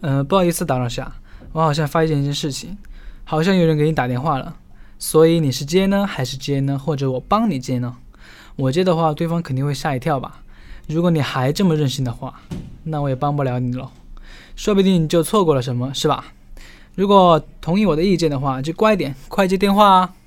不好意思打扰下，我好像发现一件事情，好像有人给你打电话了，所以你是接呢还是接呢？或者我帮你接呢？我接的话，对方肯定会吓一跳吧。如果你还这么任性的话，那我也帮不了你了，说不定你就错过了什么，是吧？如果同意我的意见的话，就乖点，快接电话啊。